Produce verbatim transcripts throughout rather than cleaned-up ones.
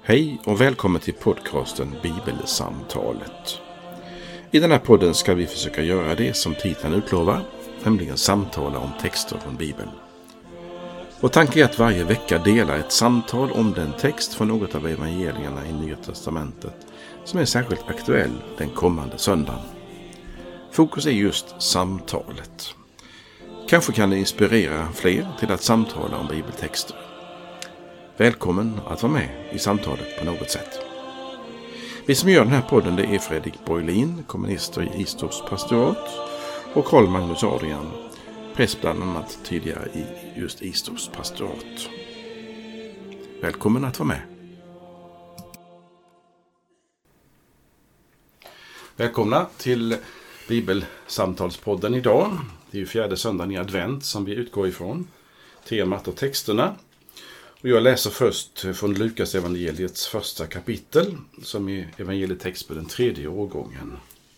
Hej och välkommen till podcasten Bibelsamtalet. I den här podden ska vi försöka göra det som titeln utlovar, nämligen samtala om texter från Bibeln. Och tanken är att varje vecka dela ett samtal om den text från något av evangelierna i Nya testamentet som är särskilt aktuell den kommande söndagen. Fokus är just samtalet. Kanske kan det inspirera fler till att samtala om bibeltexter. Välkommen att vara med i samtalet på något sätt. Vi som gör den här podden, det är Fredrik Borglin, komminister i Istorps pastorat, och Carl Magnus Adrian, präst bland annat tidigare i just Istorps pastorat. Välkommen att vara med. Välkomna till Bibelsamtalspodden idag. Det är ju fjärde söndagen i advent som vi utgår ifrån. Temat och texterna. Och jag läser först från Lukas evangeliets första kapitel, som är evangelietext på den tredje årgången.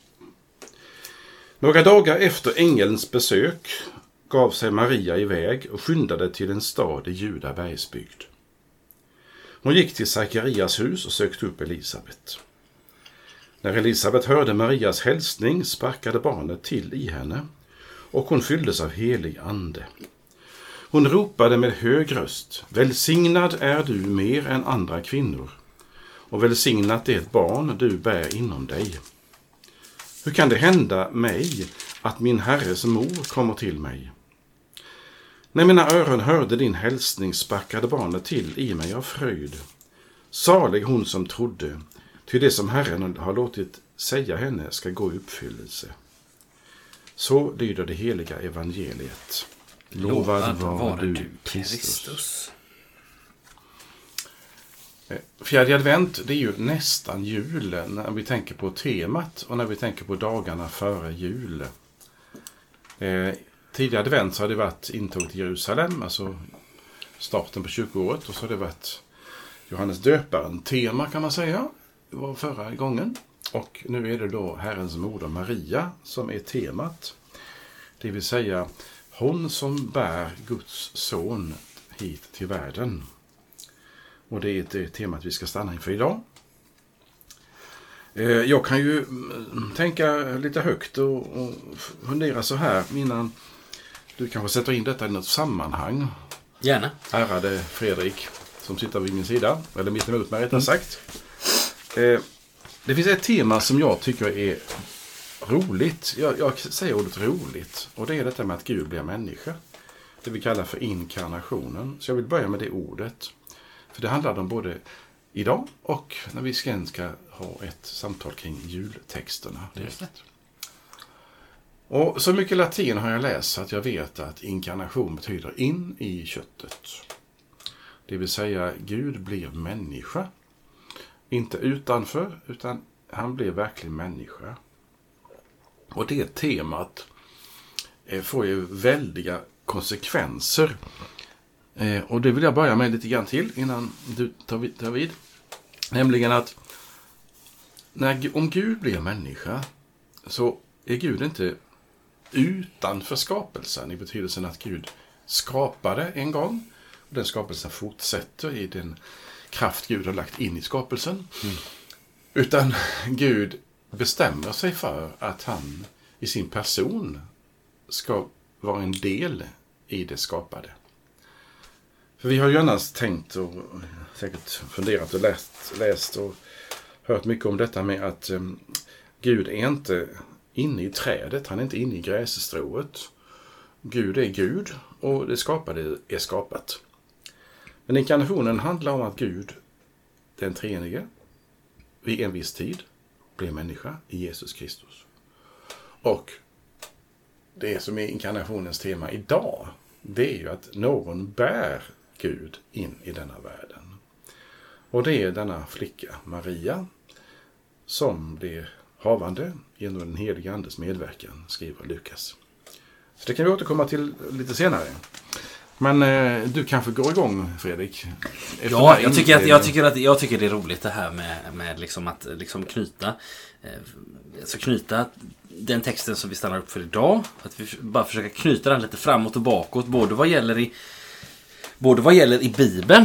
Några dagar efter ängelns besök gav sig Maria iväg och skyndade till en stad i Juda bergsbygd. Hon gick till Sakarias hus och sökte upp Elisabet. När Elisabet hörde Marias hälsning sparkade barnet till i henne, och hon fylldes av helig ande. Hon ropade med hög röst: "Välsignad är du mer än andra kvinnor, och välsignat är ett barn du bär inom dig. Hur kan det hända mig att min Herres mor kommer till mig? När mina öron hörde din hälsning sparkade barnet till i mig av fröjd. Salig hon som trodde, ty det som Herren har låtit säga henne ska gå i uppfyllelse." Så lyder det heliga evangeliet. Lovad var du, Kristus. Fjärde advent, det är ju nästan julen när vi tänker på temat och när vi tänker på dagarna före jul. Eh, tidigare advent så har det varit intåg till Jerusalem, alltså starten på kyrkoåret, och så har det varit Johannes döparen tema, kan man säga, det var förra gången. Och nu är det då Herrens moder Maria som är temat. Det vill säga hon som bär Guds son hit till världen. Och det är det temat vi ska stanna inför idag. Jag kan ju tänka lite högt och fundera så här innan du kanske sätter in detta i något sammanhang. Gärna. Ärade Fredrik som sitter vid min sida, eller mitt emot mig rättare sagt. Det finns ett tema som jag tycker är roligt. Jag, jag säger ordet roligt. Och det är detta med att Gud blir människa. Det vi kallar för inkarnationen. Så jag vill börja med det ordet. För det handlar om både idag och när vi ska, ska ha ett samtal kring jultexterna. Direkt. Och så mycket latin har jag läst att jag vet att inkarnation betyder in i köttet. Det vill säga Gud blir människa. Inte utanför, utan han blir verkligen människa. Och det temat får ju väldiga konsekvenser. Och det vill jag börja med lite grann till innan du tar vid. Nämligen att när, om Gud blir människa så är Gud inte utanför skapelsen i betydelsen att Gud skapade en gång. Och den skapelsen fortsätter i den kraft Gud har lagt in i skapelsen. Mm. Utan Gud bestämmer sig för att han i sin person ska vara en del i det skapade. För vi har ju annars tänkt och säkert funderat och läst, läst och hört mycket om detta med att um, Gud är inte inne i trädet, han är inte inne i grässtrået. Gud är Gud och det skapade är skapat. Men inkarnationen handlar om att Gud, den treenige, vid en viss tid blir människa i Jesus Kristus. Och det som är inkarnationens tema idag, det är ju att någon bär Gud in i denna världen. Och det är denna flicka, Maria, som blir havande genom den heliga andes medverkan, skriver Lukas. Så det kan vi återkomma till lite senare. Men eh, du kanske går igång, Fredrik. Ja, jag tycker, att, jag, tycker att, jag tycker det är roligt det här med, med liksom att liksom knyta, eh, alltså knyta den texten som vi stannar upp för idag. Att vi bara försöker knyta den lite framåt och bakåt. Både vad gäller i, både vad gäller i Bibeln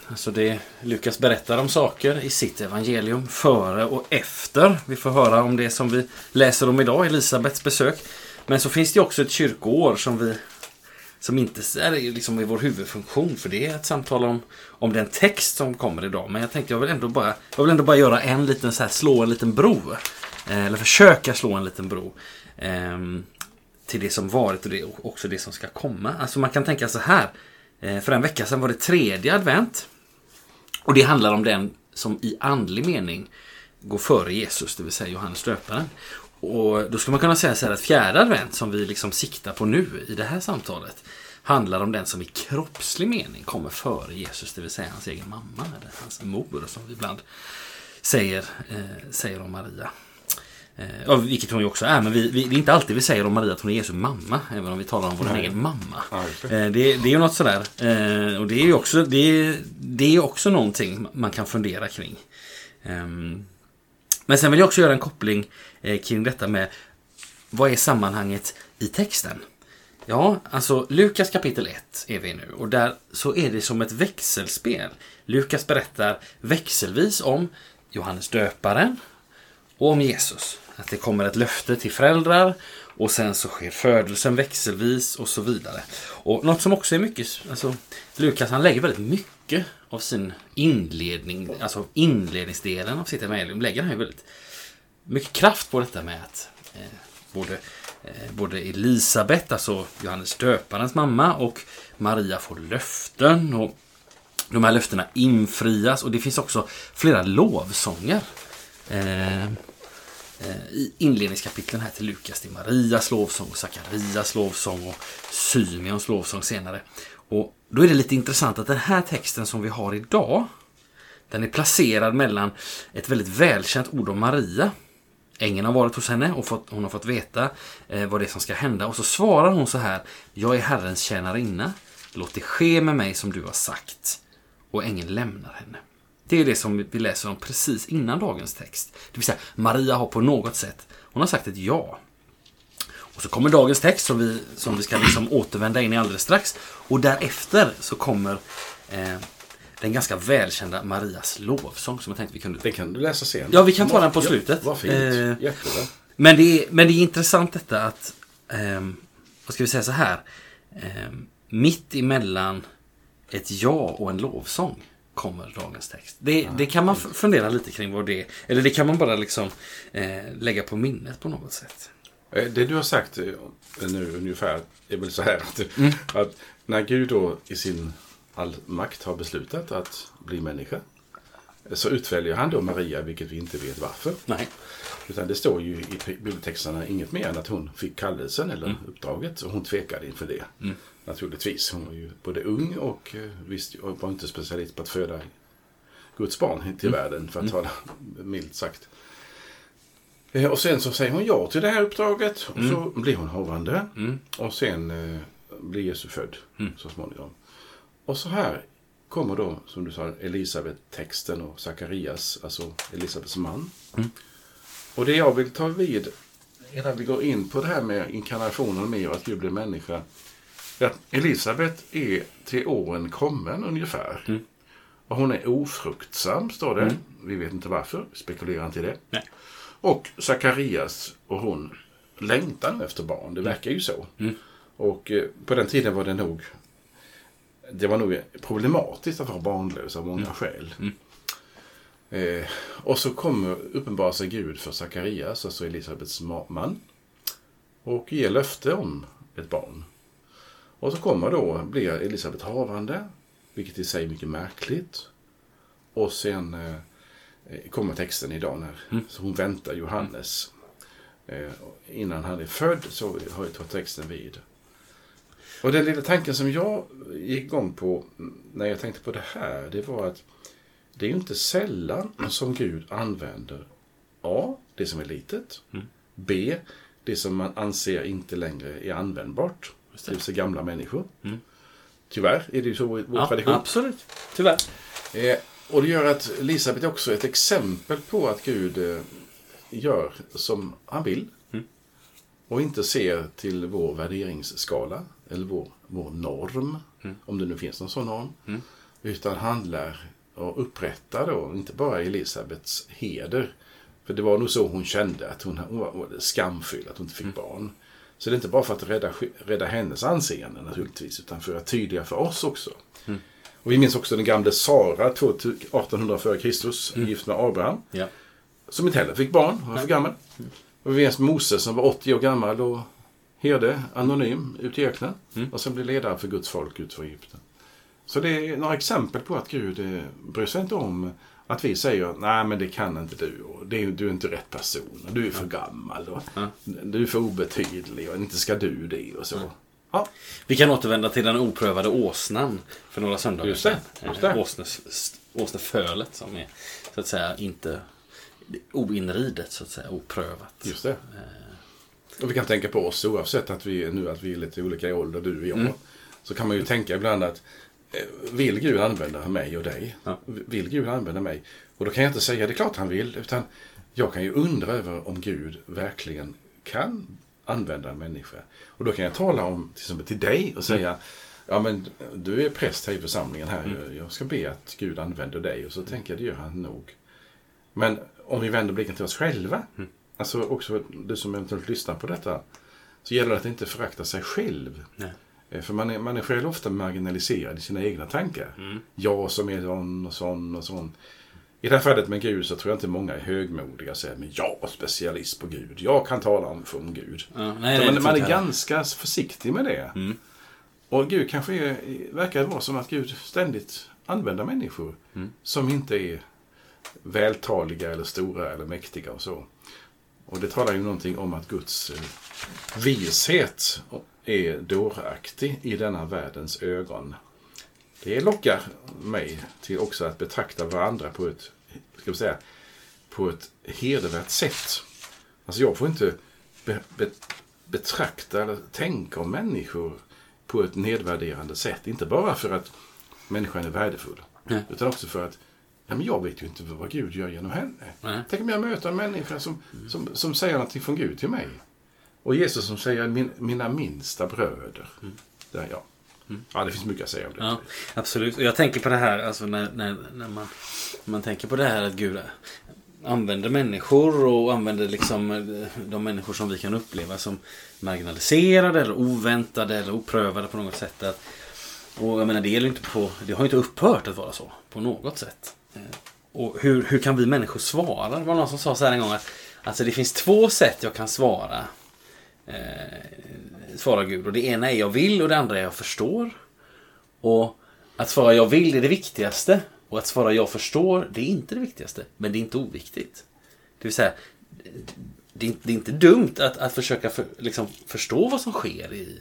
Alltså det, Lukas berättar om saker i sitt evangelium före och efter. Vi får höra om det som vi läser om idag, Elisabets besök. Men så finns det också ett kyrkoår som vi som inte är liksom i vår huvudfunktion, för det är ett samtal om, om den text som kommer idag. Men jag tänkte jag vill ändå bara, jag vill ändå bara göra en liten så här, slå en liten bro. Eh, eller försöka slå en liten bro. Eh, till det som varit och det, och också det som ska komma. Alltså man kan tänka så här. Eh, för en vecka sedan var det tredje advent. Och det handlar om den som i andlig mening går före Jesus, det vill säga Johannes döparen. Och då skulle man kunna säga så här att fjärde advent som vi liksom siktar på nu i det här samtalet handlar om den som i kroppslig mening kommer före Jesus, det vill säga hans egen mamma eller hans mor som vi ibland säger, eh, säger om Maria. Eh, vilket hon ju också är, men vi, vi, det är inte alltid vi säger om Maria att hon är Jesu mamma, även om vi talar om vår Nej. egen mamma. Ja, eh, det, det är ju något sådär, eh, och det är ju också, det är, det är också någonting man kan fundera kring. Eh, men sen vill jag också göra en koppling eh, kring detta med vad är sammanhanget i texten? Ja, alltså Lukas kapitel ett är vi nu, och där så är det som ett växelspel. Lukas berättar växelvis om Johannes döparen och om Jesus. Att det kommer ett löfte till föräldrar och sen så sker födelsen växelvis och så vidare. Och något som också är mycket, alltså Lukas han lägger väldigt mycket av sin inledning, alltså inledningsdelen av sitt evangelium lägger han ju väldigt mycket kraft på detta med att eh, både, eh, både Elisabet, alltså Johannes döparens mamma, och Maria får löften och de här löftena infrias, och det finns också flera lovsånger eh, i inledningskapitlen här till Lukas. Det är Marias lovsång, Sakarias lovsång och Symeons lovsång senare. Och då är det lite intressant att den här texten som vi har idag, den är placerad mellan ett väldigt välkänt ord om Maria. Ängeln har varit hos henne och fått, hon har fått veta eh, vad det är som ska hända. Och så svarar hon så här: jag är Herrens tjänarinna, låt det ske med mig som du har sagt. Och ängeln lämnar henne. Det är det som vi läser om precis innan dagens text. Det vill säga, Maria har på något sätt, hon har sagt ett ja. Och så kommer dagens text som vi, som vi ska liksom återvända in i alldeles strax. Och därefter så kommer eh, den ganska välkända Marias lovsång som jag tänkte vi kunde... Det kan du läsa sen. Ja, vi kan ta den på slutet. Ja, vad fint. Eh, Jättebra. Men det, är, men det är intressant detta att, eh, vad ska vi säga så här, eh, mitt emellan ett ja och en lovsång kommer dagens text. Det, ja, det kan man f- fundera lite kring vad det är. Eller det kan man bara liksom eh, lägga på minnet på något sätt. Det du har sagt nu ungefär är väl så här att, mm. att när Gud då i sin all makt har beslutat att bli människa, så utväljer han då Maria, vilket vi inte vet varför. Nej. Utan det står ju i bibeltexterna inget mer än att hon fick kallelsen eller mm. uppdraget, och hon tvekade inför det. Mm. Naturligtvis. Hon var ju både ung och visst var inte specialist på att föda Guds barn till mm. världen, för att tala mm. milt sagt. Och sen så säger hon ja till det här uppdraget, och mm. så blir hon havande mm. och sen eh, blir Jesus född mm. så småningom. Och så här kommer då, som du sa, Elisabet-texten och Sakarias, alltså Elisabets man. Mm. Och det jag vill ta vid innan vi går in på det här med inkarnationen mer, att Gud blir människa, är att Elisabet är till åren kommen ungefär. Mm. Och hon är ofruktsam, står det. Mm. Vi vet inte varför, spekulerar inte i det. Nej. Och Sakarias och hon längtar nu efter barn, det verkar ju så. Mm. Och eh, på den tiden var det nog det var nog problematiskt att vara barnlös av många mm. skäl. Mm. Eh, och så kommer uppenbara sig Gud för Sakarias, alltså Elisabets man, och ger löfte om ett barn. Och så kommer då, blir Elisabet havande, vilket i sig är mycket märkligt. Och sen eh, kommer texten idag när mm. så hon väntar Johannes. Eh, innan han är född så har jag tagit texten vid. Och den lilla tanken som jag gick igång på när jag tänkte på det här, det var att det är ju inte sällan som Gud använder A, det som är litet, mm. B, det som man anser inte längre är användbart, det vill säga gamla människor. Mm. Tyvärr är det ju så vår ja, tradition. Absolut, tyvärr. Eh, och det gör att Elisabet är också ett exempel på att Gud eh, gör som han vill. Mm. Och inte ser till vår värderingsskala eller vår, vår norm, mm. om det nu finns någon sån norm. Mm. utan handlar och upprättar då inte bara Elisabets heder. För det var nog så hon kände, att hon, hon var skamfylld att hon inte fick mm. barn. Så det är inte bara för att rädda, rädda hennes anseende naturligtvis, utan för att tydliga för oss också. Mm. Och vi minns också den gamla Sara, artonhundra före Kristus, mm. gift med Abraham. Ja. Som inte heller fick barn, var för gammal. Mm. Och vi minns Moses som var åttio år gammal och herde, anonym, ut i öknen. Mm. Och sen blev ledare för Guds folk ut för Egypten. Så det är några exempel på att Gud eh, bryr sig inte om att vi säger, nej men det kan inte du. Och det är, du är inte rätt person. Och du är för gammal. Och ja. Du är för obetydlig. Och inte ska du det. Och så. Ja. Ja. Vi kan återvända till den oprövade åsnan för några söndagar just det, just det. Åsnes, åsnefölet som är så att säga inte oinridet, så att säga, oprövat. Just det. Och vi kan tänka på oss oavsett att vi nu att vi är lite olika i ålder, du och jag. Mm. Så kan man ju tänka ibland att vill Gud använda mig och dig? Ja. Vill Gud använda mig? Och då kan jag inte säga det är klart han vill, utan jag kan ju undra över om Gud verkligen kan använda en människa. Och då kan jag tala om till exempel till dig och säga mm. ja men du är präst här i församlingen här. Mm. Jag ska be att Gud använder dig. Och så tänker jag det gör han nog. Men om vi vänder blicken till oss själva. Mm. Alltså också du som eventuellt lyssnar på detta. Så gäller det att inte förakta sig själv. Nej. För man är, man är själv ofta marginaliserad i sina egna tankar. Mm. Jag som är sån och sån och sån. I det här fallet med Gud så tror jag inte många är högmodiga och säger men jag är specialist på Gud. Jag kan tala om från Gud. Ja, nej, man, man är ganska försiktig med det. Mm. Och Gud kanske är, verkar vara som att Gud ständigt använder människor mm. som inte är vältaliga eller stora eller mäktiga och så. Och det talar ju någonting om att Guds vishet är dåraktig i denna världens ögon. Det lockar mig till också att betrakta varandra på ett, ska vi säga, på ett hedervärt sätt. Alltså jag får inte be, be, betrakta eller tänka om människor på ett nedvärderande sätt. Inte bara för att människan är värdefull, mm. utan också för att ja, men jag vet ju inte vad Gud gör genom henne. Mm. Tänk om jag möter en människa som, mm. som, som säger någonting från Gud till mig. Och Jesus som säger min, mina minsta bröder. Mm. Där, ja. Mm. Ja, det finns mycket att säga om det. Ja, absolut. Och jag tänker på det här, alltså när, när, när man, man tänker på det här att Gud använder människor och använder liksom de människor som vi kan uppleva som marginaliserade eller oväntade eller oprövade på något sätt. Att, och jag menar, det gäller inte på, det har inte upphört att vara så på något sätt. Och hur, hur kan vi människor svara? Det var någon som sa så här en gång att alltså det finns två sätt jag kan svara. Eh, svara Gud. Och det ena är jag vill och det andra är jag förstår. Och att svara jag vill är det viktigaste. Och att svara jag förstår, det är inte det viktigaste. Men det är inte oviktigt. Det vill säga, det är inte, det är inte dumt att, att försöka för, liksom, förstå vad som sker i,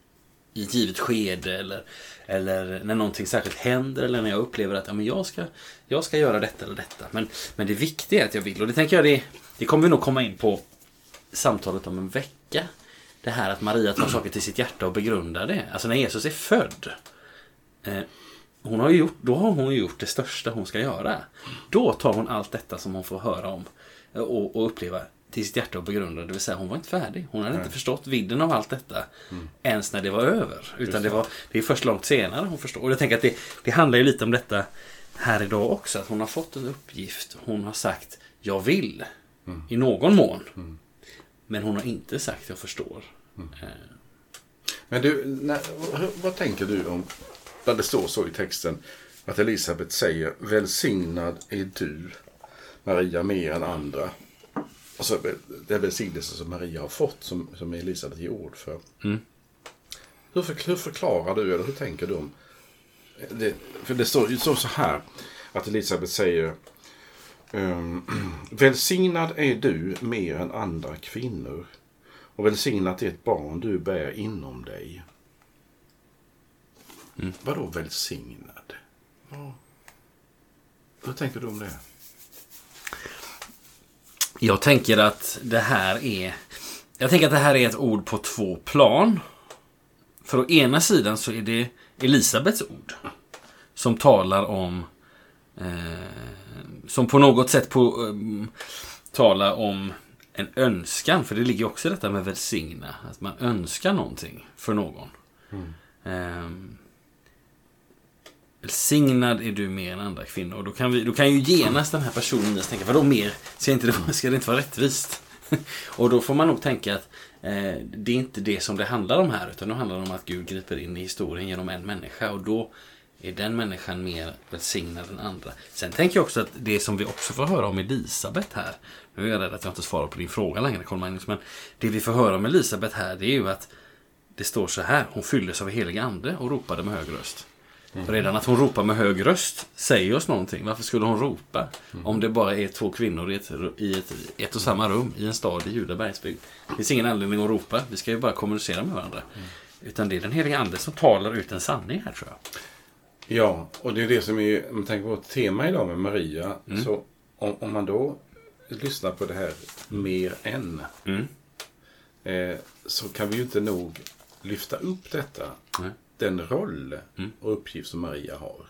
i ett givet skede. Eller, eller när någonting särskilt händer. Eller när jag upplever att ja, men jag, ska, jag ska göra detta eller detta. Men, men det viktiga är att jag vill. Och det tänker jag, det, det kommer vi nog komma in på samtalet om en vecka. Det här att Maria tar saker till sitt hjärta och begrundar det. Alltså när Jesus är född. Eh, hon har ju gjort, då har hon gjort det största hon ska göra. Då tar hon allt detta som hon får höra om. Och, och uppleva till sitt hjärta och begrunda. Det vill säga hon var inte färdig. Hon hade Nej. inte förstått vidden av allt detta. Mm. Ens när det var över. Utan det, var, det är först långt senare hon förstår. Och jag tänker att det, det handlar ju lite om detta här idag också. Att hon har fått en uppgift. Hon har sagt jag vill. Mm. I någon mån. Mm. Men hon har inte sagt jag förstår. Mm. Men du, när, vad tänker du om när det står så i texten att Elisabet säger välsignad är du Maria mer än andra. Alltså det är välsignelse som Maria har fått som, som Elisabet ger ord för. Mm. Hur, för, hur förklarar du eller hur tänker du om det, för det står ju så, så här att Elisabet säger Um, välsignad är du mer än andra kvinnor och välsignat är ett barn du bär inom dig. Mm. Vadå välsignad? Ja. Hur tänker du om det? Jag tänker att det här är jag tänker att det här är ett ord på två plan. För å ena sidan så är det Elisabets ord som talar om eh, som på något sätt på, um, talar om en önskan. För det ligger också detta med välsigna. Att man önskar någonting för någon. Mm. Um, välsignad är du mer än andra kvinnor. Och då kan, vi, då kan ju genast den här personen tänka, vadå mer? Ska, inte det, ska det inte vara rättvist? Och då får man nog tänka att eh, det är inte det som det handlar om här, utan det handlar om att Gud griper in i historien genom en människa, och då är den människan mer välsignad än andra. Sen tänker jag också att det som vi också får höra om Elisabet här, nu är jag rädd att jag inte svarar på din fråga längre, Carl Magnus, men det vi får höra om Elisabet här, det är ju att det står så här: hon fylldes av helig ande och ropade med hög röst. Mm. Så redan att hon ropar med hög röst säger oss någonting. Varför skulle hon ropa? Mm. Om det bara är två kvinnor i ett, i ett, ett och samma rum i en stad i Judabergsbygd. Det finns ingen anledning att ropa. Vi ska ju bara kommunicera med varandra. Mm. Utan det är den heliga ande som talar ut en sanning här, tror jag. Ja, och det är det som är, om man tänker på ett tema idag med Maria. Mm. Så om, om man då lyssnar på det här mer än mm. eh, så kan vi ju inte nog lyfta upp detta. Mm. Den roll och uppgift som Maria har.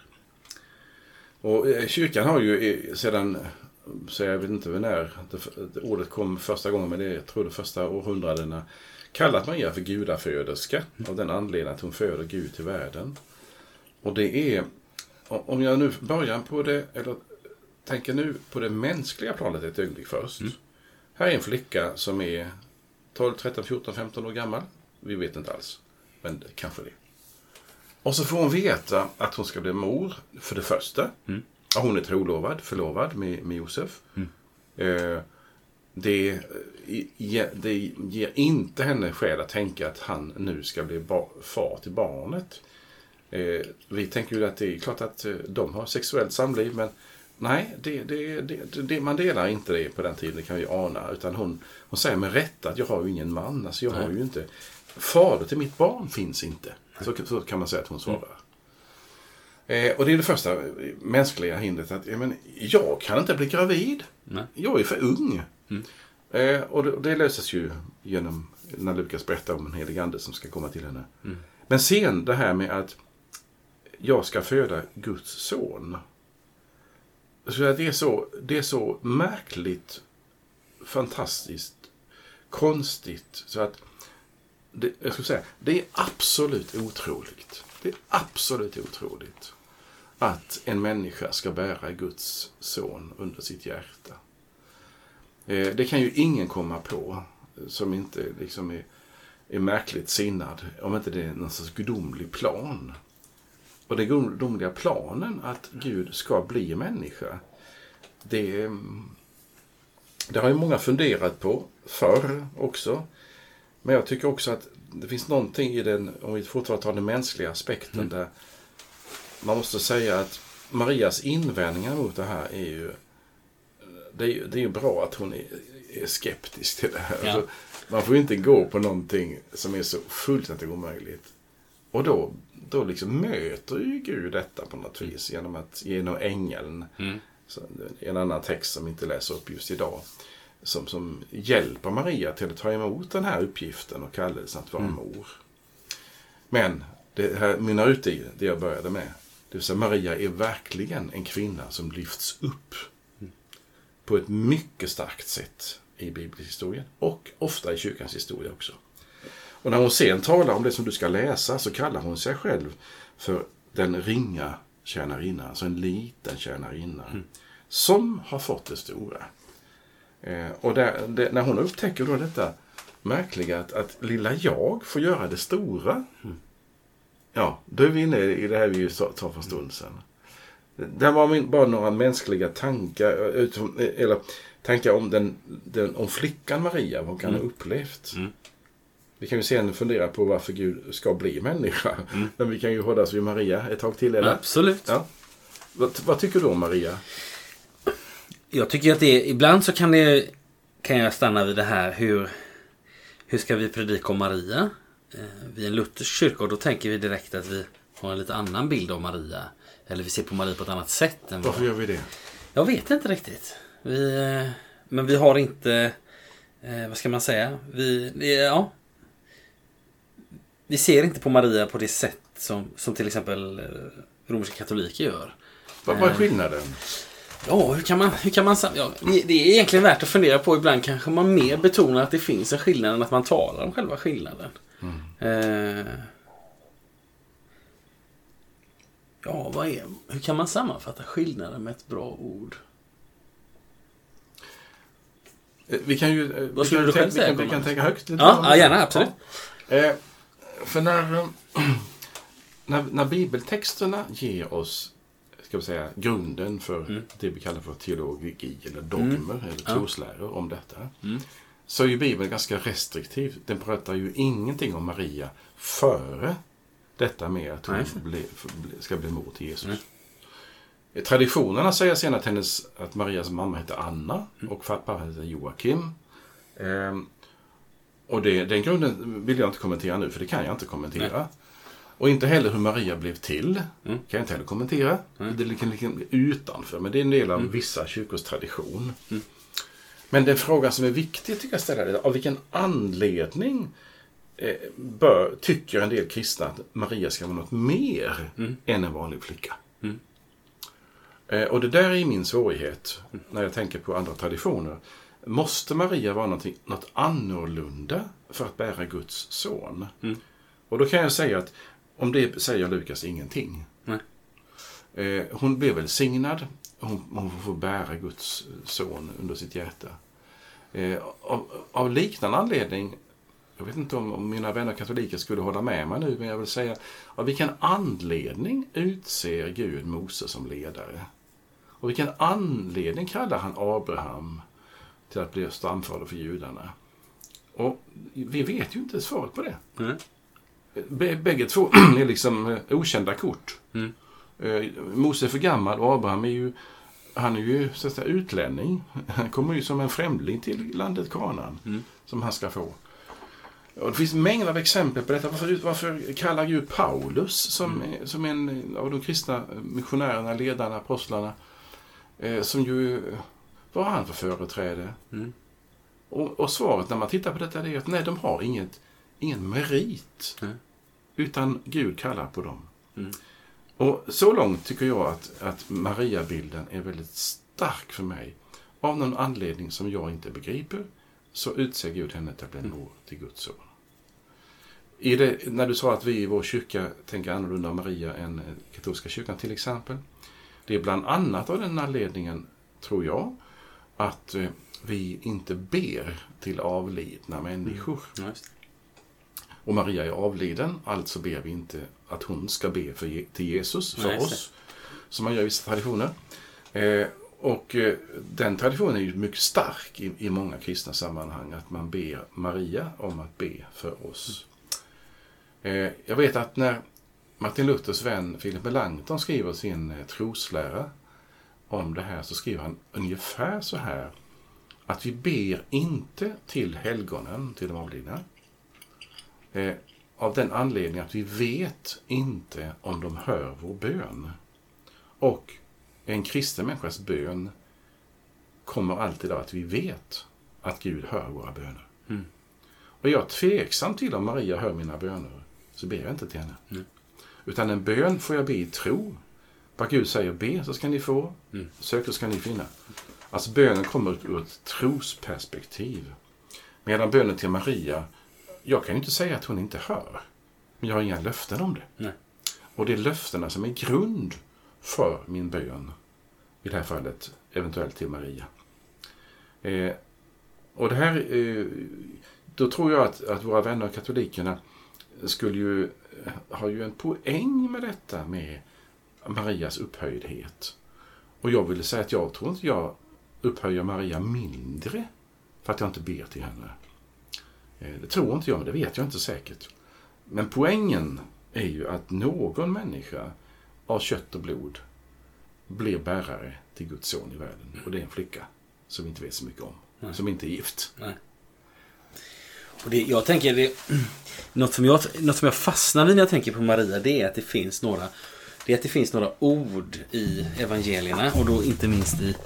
Och kyrkan har ju sedan, så jag vet inte när det, ordet kom första gången, men det jag tror det första århundradena, kallat Maria för gudaföderska av den anledningen att hon föder Gud till världen. Och det är, om jag nu börjar på det, eller tänker nu på det mänskliga planet ett ögonblick först. Mm. Här är en flicka som är tolv, tretton, fjorton, femton år gammal. Vi vet inte alls, men kanske det. Och så får hon veta att hon ska bli mor för det första. Mm. Hon är trolovad, förlovad med, med Josef. Mm. Eh, det, det ger inte henne skäl att tänka att han nu ska bli bar, far till barnet. Eh, vi tänker ju att det är klart att de har sexuellt samliv, men nej, det, det, det, det, man delar inte det på den tiden, det kan vi ana. Utan hon, hon säger med rätta att jag har ju ingen man, alltså jag har ju inte, fader till mitt barn finns inte. Så, så kan man säga att hon svarar. Mm. Eh, och det är det första mänskliga hindret. Att, jag, men, jag kan inte bli gravid. Nej. Jag är för ung. Mm. Eh, och det, det löses ju genom när Lukas berättar om en helig ande som ska komma till henne. Mm. Men sen det här med att jag ska föda Guds son. Så att det, är så, det är så märkligt, fantastiskt, konstigt. Så att Det, jag skulle säga, det är absolut otroligt. Det är absolut otroligt att en människa ska bära Guds son under sitt hjärta. Eh, det kan ju ingen komma på som inte liksom är, är märkligt sinnad, om inte det är någon sorts gudomlig plan. Och det gudomliga planen att Gud ska bli människa, det, det har ju många funderat på förr också. Men jag tycker också att det finns någonting i den, om vi fortfarande tar den mänskliga aspekten, mm. där man måste säga att Marias invändningar mot det här är ju, det är ju, det är ju bra att hon är, är skeptisk till det här. Ja. Alltså, man får ju inte gå på någonting som är så fullständigt omöjligt. Och då, då liksom möter ju Gud detta på något vis genom att genom ängeln, mm. så, en annan text som inte läser upp just idag, Som, som hjälper Maria till att ta emot den här uppgiften och kallelsen att vara mm. mor. Men det här mynnar ut i det jag började med. Det vill säga, Maria är verkligen en kvinna som lyfts upp mm. på ett mycket starkt sätt i bibelhistorien och ofta i kyrkans historia också. Och när hon sen talar om det som du ska läsa, så kallar hon sig själv för den ringa tjänarinna, alltså en liten tjänarinna mm. som har fått det stora. Eh, och där, det, när hon upptäcker då detta märkliga att, att lilla jag får göra det stora, mm. ja, då är vi inne i det här vi tar för stund sedan. Det var min, bara några mänskliga tankar, eller tankar om, den, den, om flickan Maria, vad hon kan mm. ha upplevt. Mm. Vi kan ju sen fundera på varför Gud ska bli människa. Mm. Men vi kan ju hålla oss vid Maria ett tag till. Eller? Absolut. Ja. Vad, vad tycker du om Maria? Jag tycker att det, ibland så kan, det, kan jag stanna vid det här. Hur, hur ska vi predika om Maria? Eh, vid en luthersk kyrka, och då tänker vi direkt att vi har en lite annan bild av Maria. Eller vi ser på Maria på ett annat sätt. Än Varför vad... gör vi det? Jag vet inte riktigt. Vi, eh, men vi har inte, eh, vad ska man säga? Vi, det, ja. vi ser inte på Maria på det sätt som, som till exempel romerska katoliker gör. Vad, vad är skillnaden? Ja, hur kan man... Hur kan man ja, det, det är egentligen värt att fundera på. Ibland kanske man mer betonar att det finns en skillnad än att man talar om själva skillnaden. Mm. Eh, Ja, vad är, hur kan man sammanfatta skillnaden med ett bra ord? Vi kan ju... Vad skulle du själv säga? Vi kan, vi kan tänka högt lite. Ja, ja, gärna, absolut. Ja. Eh, för när, när, när bibeltexterna ger oss, ska vi säga, grunden för mm. det vi kallar för teologi eller dogmer mm. eller trosläror om detta, mm. så är ju Bibeln ganska restriktiv. Den pratar ju ingenting om Maria före detta med att hon ble, ska bli mor till Jesus. Mm. Traditionerna säger sen att, hennes, att Marias mamma heter Anna mm. och pappa heter Joakim. Ehm, och det, den grunden vill jag inte kommentera nu, för det kan jag inte kommentera. Nej. Och inte heller hur Maria blev till mm. kan jag inte heller kommentera. Mm. Det ligger liksom utanför, men det är en del av mm. vissa kyrkors tradition. Mm. Men den fråga som är viktig tycker jag ställa är, av vilken anledning eh, bör, tycker en del kristna att Maria ska vara något mer mm. än en vanlig flicka? Mm. Eh, och det där är min svårighet mm. när jag tänker på andra traditioner. Måste Maria vara något, något annorlunda för att bära Guds son? Mm. Och då kan jag säga att om det säger Lukas ingenting. Nej. Eh, hon blev välsignad. Hon, hon får bära Guds son under sitt hjärta. Eh, av, av liknande anledning, jag vet inte om, om mina vänner katoliker skulle hålla med mig nu, men jag vill säga, av vilken anledning utser Gud Mose som ledare? Och vilken anledning kallar han Abraham till att bli stamfader för judarna? Och vi vet ju inte svaret på det. Mm. Bägge två är liksom okända kort. Mm. Mose är för gammal och Abraham är ju, han är ju så att säga utlänning. Han kommer ju som en främling till landet Kanaan mm. som han ska få. Och det finns mängder av exempel på detta. Varför, varför kallar Gud Paulus som, mm. som en av de kristna missionärerna, ledarna, apostlarna, eh, som ju, vad har han för företräde? Mm. Och, och svaret när man tittar på detta är att nej, de har inget, ingen merit. Mm. Utan Gud kallar på dem. Mm. Och så långt tycker jag att, att Maria-bilden är väldigt stark för mig. Av någon anledning som jag inte begriper så utser Gud henne till att bli mor till Guds son. I det, när du sa att vi i vår kyrka tänker annorlunda om Maria än katolska kyrkan till exempel. Det är bland annat av den anledningen, tror jag, att eh, vi inte ber till avlidna människor. Mm. Just. Och Maria är avliden, alltså ber vi inte att hon ska be för, till Jesus för Nej, oss, som man gör i vissa traditioner. Eh, och eh, den traditionen är ju mycket stark i, i många kristna sammanhang, att man ber Maria om att be för oss. Eh, jag vet att när Martin Luthers vän Philip Melanchthon skriver sin eh, troslära om det här, så skriver han ungefär så här, att vi ber inte till helgonen, till de avlidna, Eh, av den anledningen att vi vet inte om de hör vår bön. Och en kristen människas bön kommer alltid av att vi vet att Gud hör våra böner. Mm. Och jag är tveksam till om Maria hör mina böner, så ber jag inte till henne. Mm. Utan en bön får jag be i tro. Vad Gud säger, be så ska ni få, mm. sök så ska ni finna. Alltså bönen kommer ur ett trosperspektiv. Medan bönen till Maria, jag kan ju inte säga att hon inte hör. Men jag har inga löften om det. Nej. Och det är löftena som är grund för min bön. I det här fallet eventuellt till Maria. Eh, och det här, eh, då tror jag att, att våra vänner katolikerna skulle ju ha ju en poäng med detta med Marias upphöjdhet. Och jag vill säga att jag tror inte jag upphöjer Maria mindre för att jag inte ber till henne. Det tror inte jag, men det vet jag inte säkert. Men poängen är ju att någon människa av kött och blod blir bärare till Guds son i världen. Och det är en flicka som vi inte vet så mycket om. Nej. Som inte är gift. Nej. Och det, jag tänker, det, något, som jag, något som jag fastnar vid när jag tänker på Maria, det är att det finns några, det är att det finns några ord i evangelierna. Och då inte minst i...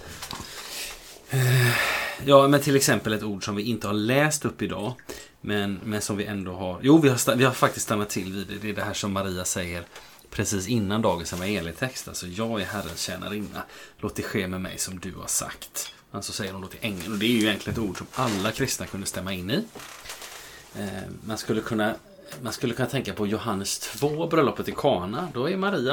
Eh, Ja, men till exempel ett ord som vi inte har läst upp idag, men, men som vi ändå har... Jo, vi har, vi har faktiskt stannat till vid det. Det är det här som Maria säger precis innan dagens evangelietext. Alltså, jag är Herrens tjänarinna. Låt det ske med mig som du har sagt. Alltså säger hon då till ängeln. Och det är ju egentligen ett ord som alla kristna kunde stämma in i. Eh, man, skulle kunna, man skulle kunna tänka på Johannes två, bröllopet i Kana. Då är Maria med.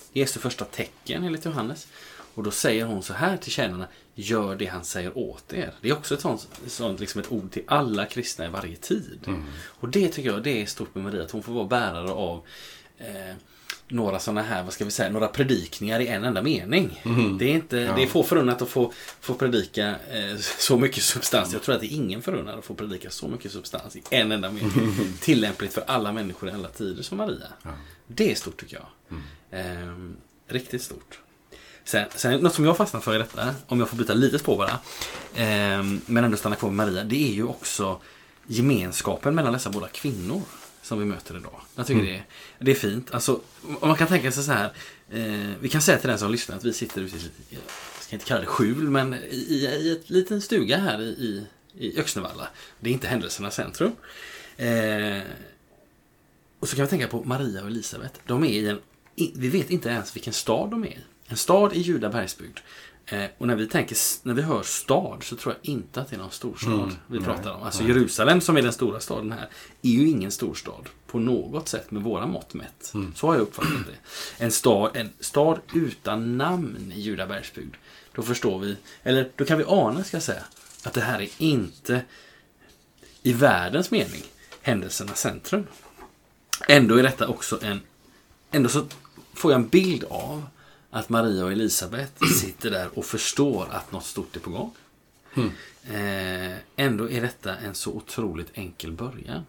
Jesu första tecken enligt Johannes. Och då säger hon så här till tjänarna: gör det han säger åt er. Det är också ett sånt, sånt liksom ett ord till alla kristna i varje tid. Mm. Och det tycker jag det är stort med Maria, att hon får vara bärare av eh, några sådana här, vad ska vi säga, några predikningar i en enda mening. Mm. Det är inte, ja. det är få förunnat att få, få predika eh, så mycket substans. Jag tror att det är ingen förunnat att få predika så mycket substans i en enda mening. Mm. Tillämpligt för alla människor i alla tider som Maria. Ja. Det är stort tycker jag. Mm. Eh, riktigt stort. Sen, sen något som jag fastnat för i detta, om jag får byta lite spår bara, eh, men ändå stanna kvar med Maria, det är ju också gemenskapen mellan dessa båda kvinnor som vi möter idag. Jag tycker mm. det, är, det är fint. Alltså, om man kan tänka sig så här, eh, vi kan säga till den som lyssnar att vi sitter ute i, jag ska inte kalla det skjul, men i, i ett liten stuga här i, i, i Öxnevalla. Det är inte händelsernas centrum. Eh, och så kan vi tänka på Maria och Elisabet. De är i en, vi vet inte ens vilken stad de är i. En stad i Judabergsbygd. Eh, och när vi tänker, när vi hör stad så tror jag inte att det är någon storstad mm. vi pratar nej, om. Alltså nej. Jerusalem som är den stora staden här är ju ingen storstad på något sätt med våra mått mätt. Mm. Så har jag uppfattat det. En stad, en stad utan namn i Judabergsbygd. Då förstår vi, eller då kan vi ana ska jag säga, att det här är inte i världens mening händelsernas centrum. Ändå är detta också en, ändå så får jag en bild av att Maria och Elisabet sitter där och förstår att något stort är på gång. Mm. Eh, ändå är detta en så otroligt enkel början.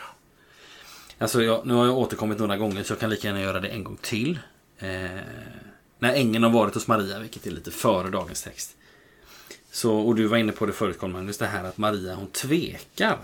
Alltså jag, nu har jag återkommit några gånger så jag kan lika gärna göra det en gång till. Eh, när ängeln har varit hos Maria, vilket är lite före dagens text. Så, och du var inne på det förut, Magnus, det här att Maria hon tvekar.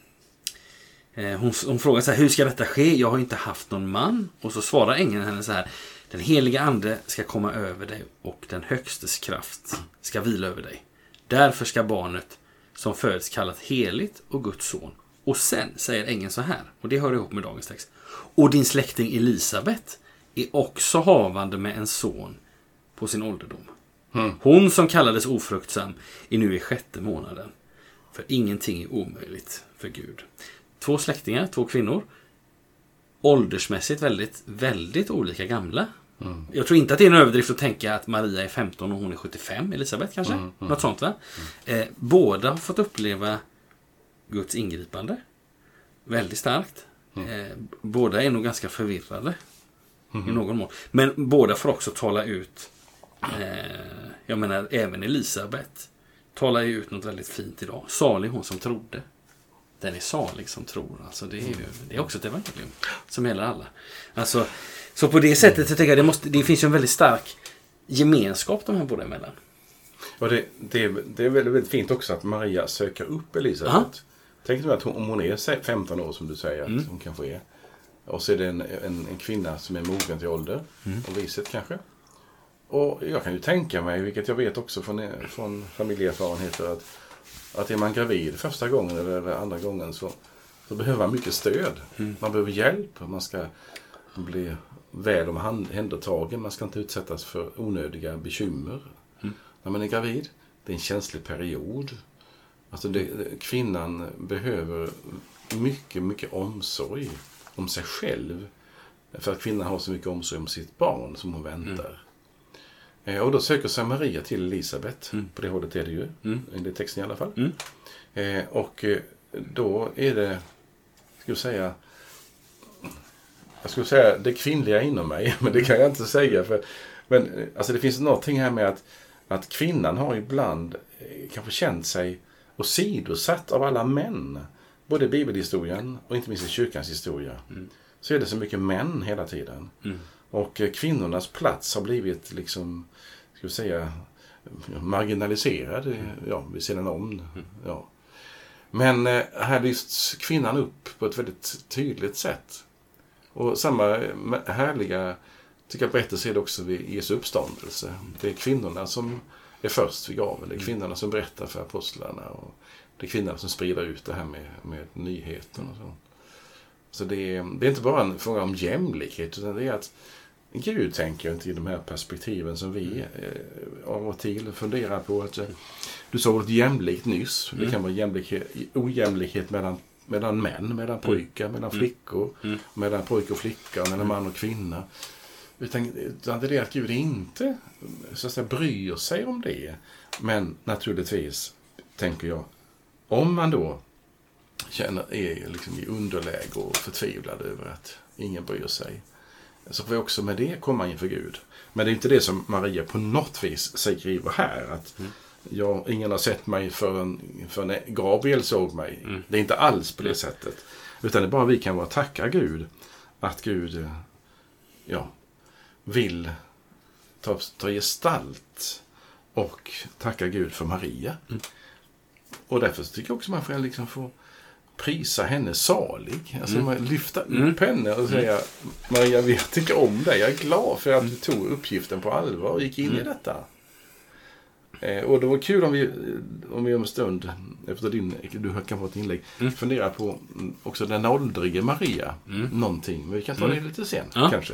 Eh, hon, hon frågar så här: hur ska detta ske? Jag har inte haft någon man. Och så svarar ängeln henne så här: den heliga ande ska komma över dig och den högstes kraft ska vila över dig. Därför ska barnet som föds kallas heligt och Guds son. Och sen säger ängeln så här, och det hör ihop med dagens text: och din släkting Elisabet är också havande med en son på sin ålderdom. Mm. Hon som kallades ofruktsam är nu i sjätte månaden. För ingenting är omöjligt för Gud. Två släktingar, två kvinnor. Åldersmässigt väldigt, väldigt olika gamla. Mm. Jag tror inte att det är en överdrift att tänka att Maria är femton och hon är sjuttiofem, Elisabet kanske. Mm, mm. Något sånt va? Mm. Eh, båda har fått uppleva Guds ingripande. Väldigt starkt. Mm. Eh, båda är nog ganska förvirrade. Mm. I någon mån. Men båda får också tala ut. Eh, jag menar även Elisabet talar ju ut något väldigt fint idag. Salig hon som trodde. Den är salig som tror. Alltså det är ju, det är också ett evangelium som gäller alla. Alltså, så på det sättet så tänker jag det, måste, det finns ju en väldigt stark gemenskap de här båda emellan. Och det, det, det är väldigt, väldigt fint också att Maria söker upp Elisabet. Aha. Tänk dig att hon, om hon är femton år som du säger att mm. hon kanske är. Och så är det en, en, en kvinna som är mogen till ålder mm. och viset kanske. Och jag kan ju tänka mig, vilket jag vet också från, från familjeerfarenheter, att att är man gravid första gången eller andra gången så, så behöver man mycket stöd. Mm. Man behöver hjälp. Man ska bli väl omhändertagen. Man ska inte utsättas för onödiga bekymmer. Mm. När man är gravid, det är en känslig period. Alltså det, kvinnan behöver mycket, mycket omsorg om sig själv. För att kvinnan har så mycket omsorg om sitt barn som hon väntar. Mm. Och då söker sig Maria till Elisabet. Mm. På det hållet är det ju. Mm. Det texten i alla fall. Mm. Eh, och då är det, ska jag säga, jag skulle säga det kvinnliga inom mig. Men det kan jag inte säga. För, men alltså det finns någonting här med att, att kvinnan har ibland kanske känt sig åsidosatt av alla män. Både i bibelhistorien och inte minst i kyrkans historia. Mm. Så är det så mycket män hela tiden. Mm. Och kvinnornas plats har blivit liksom, ska vi säga, marginaliserad, mm. ja, vid sidan om. Mm. Ja. Men här lyfts kvinnan upp på ett väldigt tydligt sätt. Och samma härliga, tycker jag, berättelse är det också vid Jesu uppståndelse. Det är kvinnorna som är först vid graven. Det är kvinnorna som berättar för apostlarna. Och det är kvinnorna som sprider ut det här med, med nyheten och så. Så det är, det är inte bara en fråga om jämlikhet, utan det är att Gud tänker inte i de här perspektiven som vi eh, av och till funderar på. Att, eh, du sa ordet jämlikt nyss. Mm. Det kan vara jämlikhet, ojämlikhet mellan, mellan män, mellan pojkar, mellan flickor, mm. mellan pojk och flicka, mellan man och kvinna. Utan, utan det är det att Gud inte så att säga, bryr sig om det. Men naturligtvis tänker jag, om man då känner är liksom i underläge och förtvivlad över att ingen bryr sig, så får vi också med det komma inför Gud. Men det är inte det som Maria på något vis skriver här, att mm. jag, ingen har sett mig förrän, förrän Gabriel såg mig. Mm. Det är inte alls på det sättet. Utan det är bara vi kan vara tacka Gud att Gud ja, vill ta, ta gestalt och tacka Gud för Maria. Mm. Och därför tycker jag också man får liksom få prisa henne salig. Alltså mm. man lyfta upp mm. henne och säga mm. Maria, vi tycker om dig. Jag är glad för att du tog uppgiften på allvar och gick in mm. i detta. Eh, och det var kul om vi om vi om en stund efter din, du kan få ett inlägg, mm. fundera på också den åldrige Maria. Mm. Någonting. Men vi kan ta mm. det lite sen ja. kanske.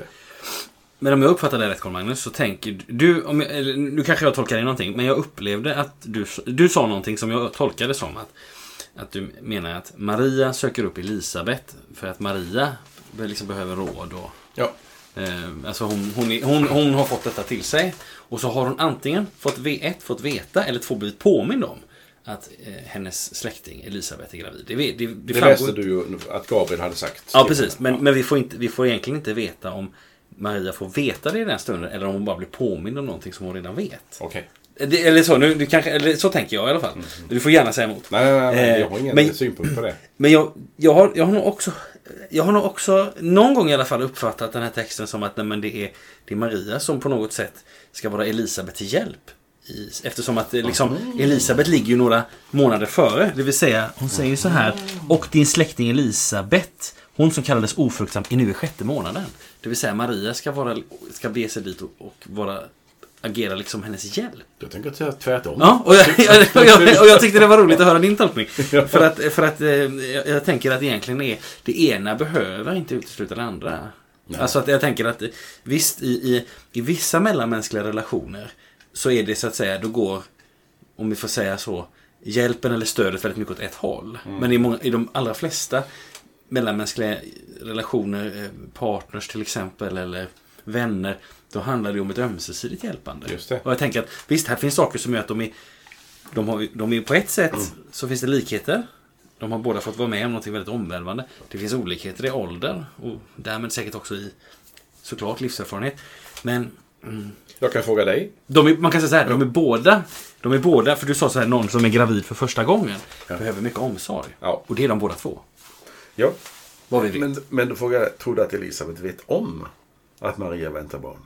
Men om jag uppfattar det rätt, Carl Magnus, så tänker du, om jag, eller, nu kanske jag tolkar det någonting, men jag upplevde att du, du sa någonting som jag tolkade som att, att du menar att Maria söker upp Elisabet för att Maria liksom behöver råd. Och, ja. eh, alltså hon, hon, är, hon, hon har fått detta till sig och så har hon antingen fått, ett, fått veta eller två blivit påmind om att eh, hennes släkting Elisabet är gravid. Det, det, det, det läste du ju att Gabriel hade sagt. Ja, precis. Men, ja. men vi, får inte, vi får egentligen inte veta om Maria får veta det i den stunden eller om hon bara blir påmind om någonting som hon redan vet. Okej. Okay. Eller så, nu, du kanske, eller så tänker jag i alla fall. Mm. Du får gärna säga emot. Nej, nej, nej, nej jag har ingen men, synpunkt på det. Men jag, jag, har, jag har nog också jag har nog också någon gång i alla fall uppfattat den här texten som att nej, men det, är, det är Maria som på något sätt ska vara Elisabet till hjälp. I, eftersom att liksom, mm. Elisabet ligger ju några månader före. Det vill säga, hon säger så här: och din släkting Elisabet, hon som kallades ofruktsam, är nu i sjätte månaden. Det vill säga Maria ska, vara, ska bege sig dit och, och vara, agera liksom hennes hjälp. Jag tänker att jag tvärtom. Ja, och jag, jag, och, jag, och jag tyckte det var roligt att höra din tolkning. Ja. För att, för att jag, jag tänker att egentligen är det ena behöver inte utesluta det andra. Nej. Alltså att jag tänker att visst i, i, i vissa mellanmänskliga relationer så är det så att säga, då går, om vi får säga så, hjälpen eller stödet väldigt mycket åt ett håll. Mm. Men i, många, i de allra flesta mellanmänskliga relationer, partners till exempel, eller vänner, då handlar det om ett ömsesidigt hjälpande. Just det. Och jag tänker att visst, här finns saker som gör att de är, de har, de är på ett sätt mm. så finns det likheter. De har båda fått vara med om något väldigt omvälvande. Det finns olikheter i ålder och därmed säkert också i såklart livserfarenhet. Men mm, jag kan fråga dig. De är, man kan säga så här, de är båda, de är båda, för du sa så här, någon som är gravid för första gången ja. behöver mycket omsorg. Ja. Och det är de båda två. Ja. Vad vi vet. Men, men då frågar jag, tror du att Elisabet vet om att Maria väntar barn?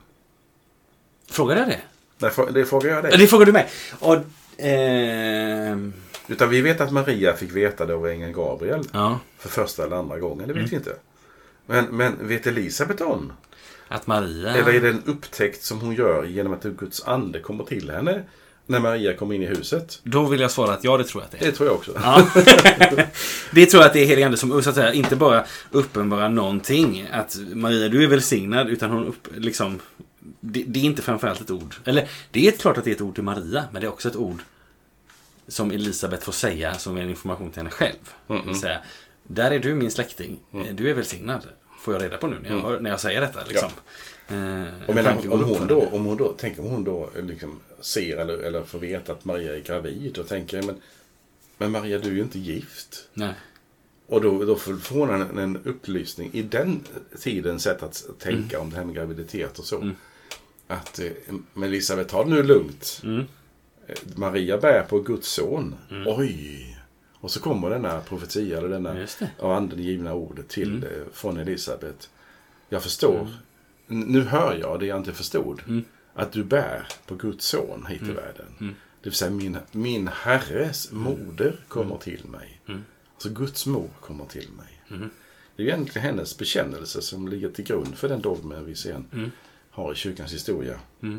Frågar jag det? Nej, det frågar jag dig. Det frågar du mig. Och, eh... Utan vi vet att Maria fick veta det av ängeln Gabriel ja. för första eller andra gången, det vet mm. vi inte. Men, men vet Elisabet om? Att Maria... Eller är det en upptäckt som hon gör genom att Guds ande kommer till henne när Maria kommer in i huset? Då vill jag svara att ja, det tror jag att det är. Det tror jag också. Ja. Det tror jag att det är helig ande som så att säga, inte bara uppenbara någonting. Att Maria, du är välsignad, utan hon upp, liksom... Det, det är inte framförallt ett ord. Eller det är klart att det är ett ord till Maria, men det är också ett ord som Elisabet får säga som en information till henne själv. Mm -mm. Säga, där är du min släkting. Mm. Du är välsignad. Får jag reda på nu när jag, mm. när jag säger detta. Liksom. Ja. Eh, och men, om, om, hon då, om hon då, tänk om hon då liksom ser eller, eller får veta att Maria är gravid och tänker, men, men Maria, du är ju inte gift. Nej. Och då, då får hon en, en upplysning i den tiden sätt att tänka mm. om det här med graviditet och så. Mm. Att men Elisabet, ta det nu lugnt. Mm. Maria bär på Guds son. Mm. Oj! Och så kommer denna profetia eller denna av anden givna ordet till mm. från Elisabet. Jag förstår. Mm. Nu hör jag det jag inte förstod. Mm. Att du bär på Guds son hit mm. i världen. Mm. Det vill säga min, min herres moder kommer mm. till mig. Mm. Alltså Guds mor kommer till mig. Mm. Det är egentligen hennes bekännelse som ligger till grund för den dogmen vi sen mm. har i kyrkans historia. Mm.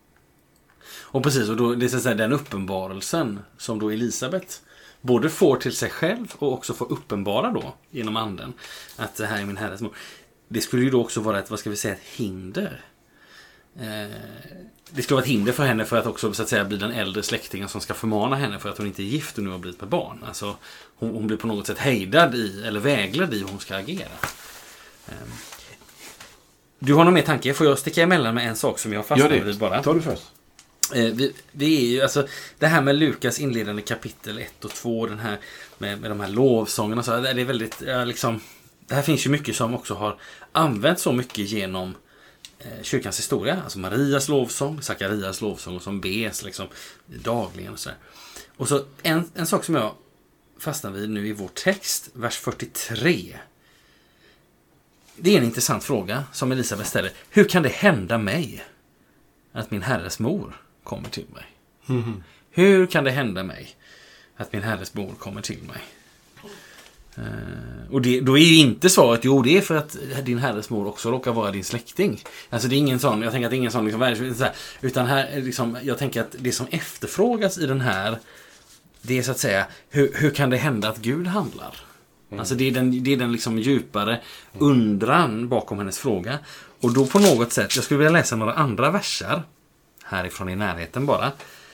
Och precis, och då, det är så att säga, den uppenbarelsen som då Elisabet både får till sig själv och också får uppenbara då genom anden att det här är min herres mor. Det skulle ju då också vara ett, vad ska vi säga, ett hinder. Eh, det skulle vara ett hinder för henne för att också så att säga bli den äldre släktingen som ska förmana henne för att hon inte är gift och nu har blivit med barn. Alltså hon, hon blir på något sätt hejdad i eller väglad i hur hon ska agera. Eh. Du har någon mer tanke? Får jag sticka emellan med en sak som jag fastnade vid bara? Ta du först. Eh, vi, vi är ju, alltså, det här med Lukas inledande kapitel ett och två, den här med, med de här lovsångerna, så det är väldigt, ja, liksom, det här finns ju mycket som också har använts så mycket genom eh, kyrkans historia. Alltså Marias lovsång, Sakarias lovsång, som bes liksom dagligen och så där. Och så en, en sak som jag fastnar vid nu i vår text, vers fyrtiotre. Det är en intressant fråga som Elisabeth ställer. Hur kan det hända mig att min herres mor kommer till mig? Mm. Hur kan det hända mig att min herres mor kommer till mig? Uh, och det, då är ju inte svaret, jo det är för att din herres mor också råkar vara din släkting. Alltså det är ingen sån, jag tänker att det är ingen sån liksom, så här, utan här liksom, jag tänker att det som efterfrågas i den här, det är så att säga, hur, hur kan det hända att Gud handlar? Mm. Alltså det är den, det är den liksom djupare undran bakom hennes fråga. Och då på något sätt, jag skulle vilja läsa några andra verser härifrån i närheten bara,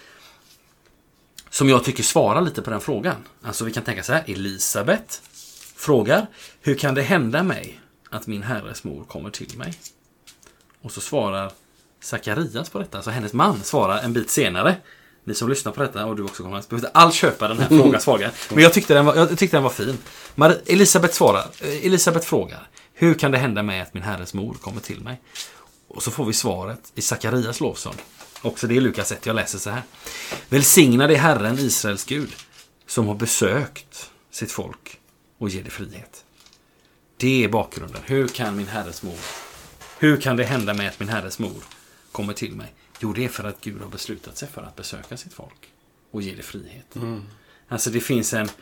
som jag tycker svarar lite på den frågan. Alltså vi kan tänka så här, Elisabeth frågar, hur kan det hända mig att min herres mor kommer till mig? Och så svarar Sakarias på detta, alltså hennes man svarar en bit senare. Ni som lyssnar på detta, och du också kommer att behöva allt köpa den här frågan svagare. Men jag tyckte den var, jag tyckte den var fin. Mar- Elisabeth svarar, Elisabeth frågar, hur kan det hända mig att min herres mor kommer till mig? Och så får vi svaret i Sakarias lovsång. Också det är Lukas ett, jag läser så här. Välsigna det Herren, Israels Gud, som har besökt sitt folk och ger det frihet. Det är bakgrunden. Hur kan min herres mor, hur kan det hända mig att min herres mor kommer till mig? Jo, det är för att Gud har beslutat sig för att besöka sitt folk och ge det frihet. Mm. Alltså det finns en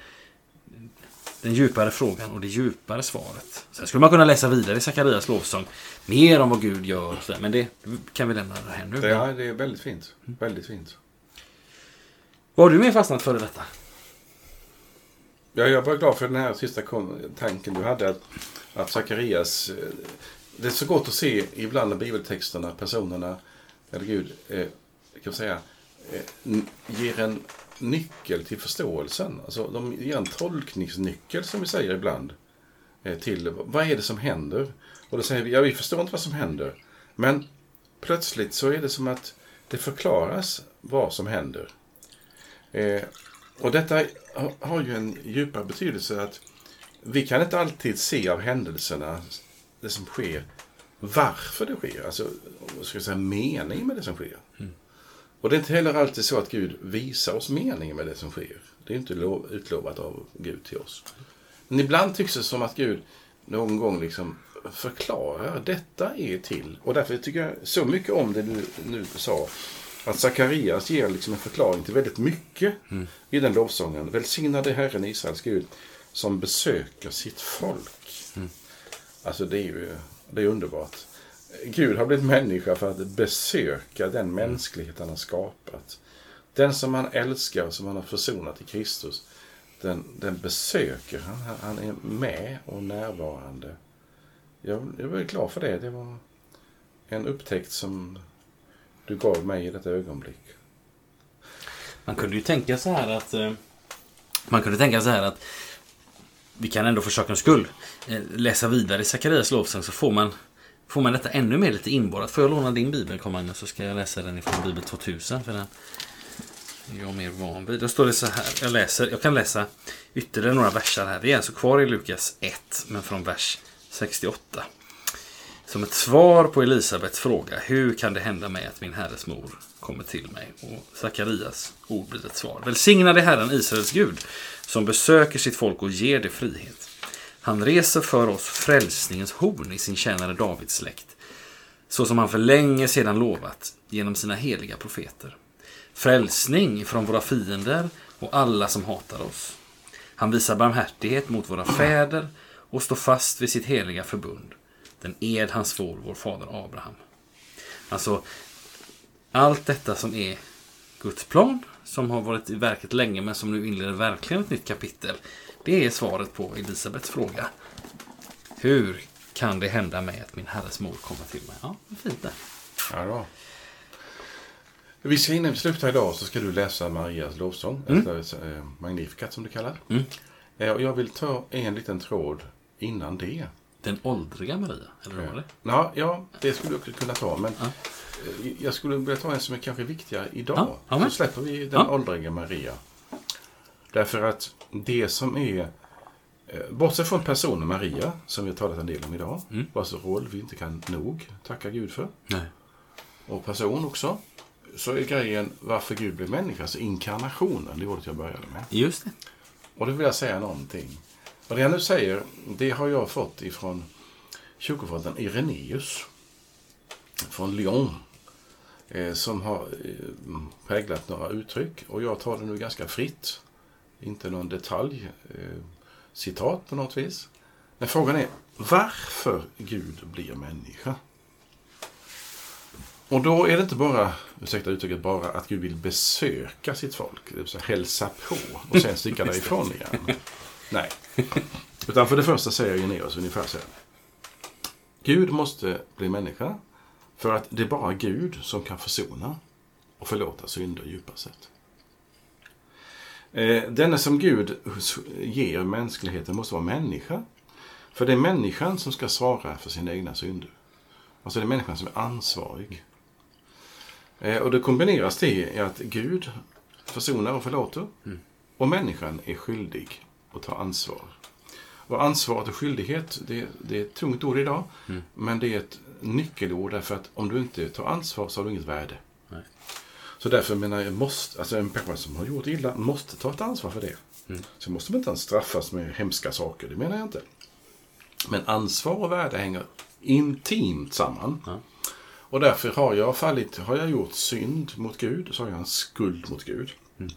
den djupare frågan och det djupare svaret. Sen skulle man kunna läsa vidare i Sakarias lovsång mer om vad Gud gör. Men det kan vi lämna det här nu. Ja, det är väldigt fint. Väldigt fint. Vad har du mer fastnat för i detta? Ja, jag var glad för den här sista tanken du hade. Att, att Sakarias... Det är så gott att se ibland i bibeltexterna, personerna, eller Gud, eh, kan säga, eh, ger en nyckel till förståelsen. Alltså de ger en tolkningsnyckel, som vi säger ibland, eh, till vad är det som händer. Och då säger vi, ja vi förstår inte vad som händer. Men plötsligt så är det som att det förklaras vad som händer. Eh, och detta har ju en djupare betydelse, att vi kan inte alltid se av händelserna, det som sker, varför det sker. Alltså, ska jag säga, mening med det som sker. Mm. Och det är inte heller alltid så att Gud visar oss meningen med det som sker. Det är inte lov, utlovat av Gud till oss. Men ibland tycks det som att Gud någon gång liksom förklarar, detta är till. Och därför tycker jag så mycket om det du nu sa, att Sakarias ger liksom en förklaring till väldigt mycket mm. i den lovsången. Välsignade Herren Israels Gud som besöker sitt folk. Mm. Alltså det är ju det är underbart. Gud har blivit människa för att besöka den mänsklighet han har skapat. Den som han älskar och som han har försonat i Kristus, den, den besöker han. Han är med och närvarande. Jag, jag var glad för det. Det var en upptäckt som du gav mig i detta ögonblick. Man kunde ju tänka så här att man kunde tänka så här att vi kan ändå för sakens skull läsa vidare i Sakarias lovsång, så får man får man detta ännu mer lite inborrat. Får jag låna din bibel, kom Magnus, så ska jag läsa den ifrån Bibel tvåtusen, för den är jag mer van vid. Då står det så här, jag läser, jag kan läsa ytterligare några versar här. Vi är alltså kvar i Lukas ett, men från vers sextioåtta. Som ett svar på Elisabets fråga, hur kan det hända mig att min herres mor kommer till mig? Och Sakarias ord blir ett svar. Välsignade Herren Israels Gud, som besöker sitt folk och ger det frihet. Han reser för oss frälsningens horn i sin tjänare Davids släkt, så som han för länge sedan lovat genom sina heliga profeter. Frälsning från våra fiender och alla som hatar oss. Han visar barmhärtighet mot våra fäder och står fast vid sitt heliga förbund, den ed han svor vår fader Abraham. Alltså, allt detta som är Guds plan, som har varit i verket länge men som nu inleder verkligen ett nytt kapitel, det är svaret på Elisabets fråga. Hur kan det hända mig att min herres mor kommer till mig? Ja, det är fint det. Ja, då. Vi ska innan vi slutar idag så ska du läsa Marias lovsång, mm. efter eh, Magnificat som du kallar. Mm. Eh, och jag vill ta en liten tråd innan det. Den åldriga Maria, eller vad var det? Ja, ja, det skulle jag kunna ta, men ja. jag skulle vilja ta en som är kanske viktigare idag. Ja, ja, så släpper vi den ja. åldriga Maria. Därför att det som är, bortsett från personen Maria, som vi har talat en del om idag, mm. vars roll vi inte kan nog tacka Gud för, Nej. och person också, så är grejen varför Gud blev människa, alltså inkarnationen, det ordet jag började med. Just det. Och då vill jag säga någonting. Och det jag nu säger, det har jag fått ifrån kyrkofadern Irenaeus från Lyon, eh, som har eh, präglat några uttryck, och jag tar det nu ganska fritt, inte någon detalj eh, citat på något vis. Men frågan är varför Gud blir människa. Och då är det inte bara, ursäkta uttrycket, bara att Gud vill besöka sitt folk, det vill säga hälsa på och sen sticka därifrån igen. Nej. Utan för det första säger Irenaeus ungefär så här. Gud måste bli människa för att det är bara Gud som kan försona och förlåta synder djupast sett. Eh, denna som Gud ger mänskligheten måste vara människa. För det är människan som ska svara för sina egna synder. Alltså det är människan som är ansvarig. Eh, och det kombineras till att Gud försonar och förlåter. Mm. Och människan är skyldig att ta ansvar. Och ansvaret och skyldighet, det, det är ett tungt ord idag. Mm. Men det är ett nyckelord därför att om du inte tar ansvar så har du inget värde. Nej. Så därför menar jag, måste, alltså en person som har gjort illa måste ta ett ansvar för det. Mm. Så måste man inte straffas med hemska saker, det menar jag inte. Men ansvar och värde hänger intimt samman. Mm. Och därför har jag fallit, har jag gjort synd mot Gud, så har jag en skuld mot Gud. Mm.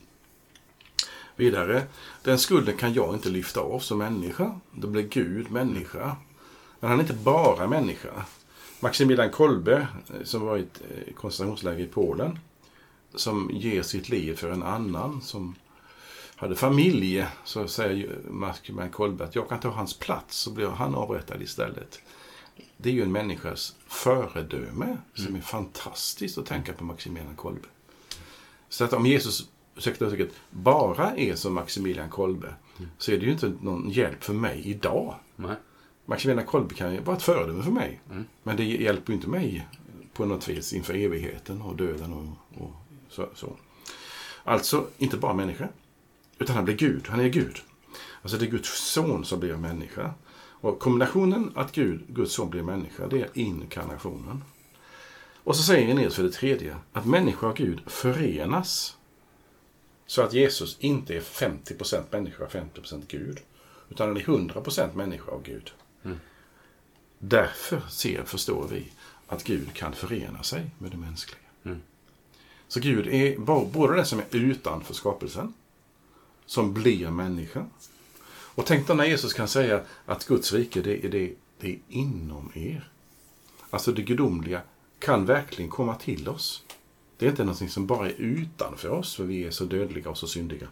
Vidare, den skulden kan jag inte lyfta av som människa. Då blir Gud människa. Men han är inte bara människa. Maximilian Kolbe, som var i ett koncentrationsläger i Polen, som ger sitt liv för en annan som hade familj, så säger Maximilian Kolbe att jag kan ta hans plats, så blir han avrättad istället. Det är ju en människas föredöme som mm. är fantastiskt att tänka på Maximilian Kolbe. Så att om Jesus ursäkta, ursäkta, bara är som Maximilian Kolbe mm. så är det ju inte någon hjälp för mig idag. Nej. Maximilian Kolbe kan ju vara ett föredöme för mig. Mm. Men det hjälper ju inte mig på något vis inför evigheten och döden och, och så, så. Alltså, inte bara människa, utan han blir Gud. Han är Gud. Alltså det är Guds son som blir människa. Och kombinationen att Gud, Guds son blir människa, det är inkarnationen. Och så säger Irenaeus för det tredje att människa och Gud förenas. Så att Jesus inte är femtio procent människa och femtio procent Gud. Utan han är hundra procent människa och Gud. Mm. Därför ser, förstår vi att Gud kan förena sig med det mänskliga. Mm. Så Gud är både den som är utanför skapelsen, som blir människa. Och tänk då när Jesus kan säga att Guds rike, det är, det, det är inom er. Alltså det gudomliga kan verkligen komma till oss. Det är inte någonting som bara är utanför oss, för vi är så dödliga och så syndiga.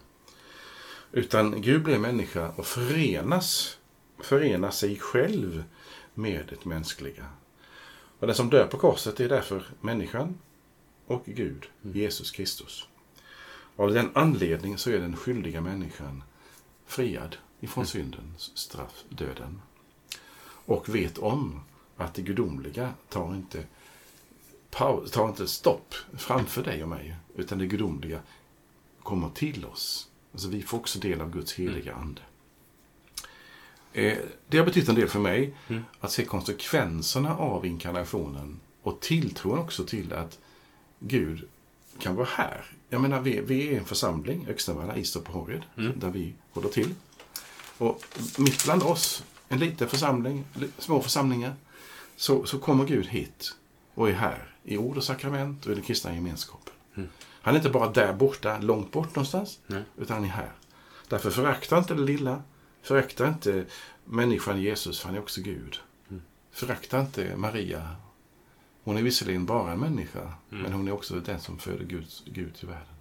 Utan Gud blir människa och förenas, förenas sig själv med det mänskliga. Och den som dör på korset är därför människan och Gud, Jesus Kristus. Och av den anledningen så är den skyldiga människan friad ifrån syndens straff, döden. Och vet om att det gudomliga tar inte, tar inte stopp framför dig och mig, utan det gudomliga kommer till oss. Alltså vi får också del av Guds heliga ande. Eh, det har betytt en del för mig mm. att se konsekvenserna av inkarnationen och tilltron också till att Gud kan vara här. Jag menar, vi, vi är en församling, Öxnevalla, Istorp och Håred, mm. där vi håller till. Och mitt bland oss, en liten församling, små församlingar, så, så kommer Gud hit och är här i ord och sakrament och i den kristna gemenskapen. Mm. Han är inte bara där borta, långt bort någonstans, Nej. utan han är här. Därför föraktar inte det lilla, föraktar inte människan Jesus, för han är också Gud. Mm. Föraktar inte Maria. Hon är visserligen bara en människa, mm. men hon är också den som föder Gud, Gud till världen.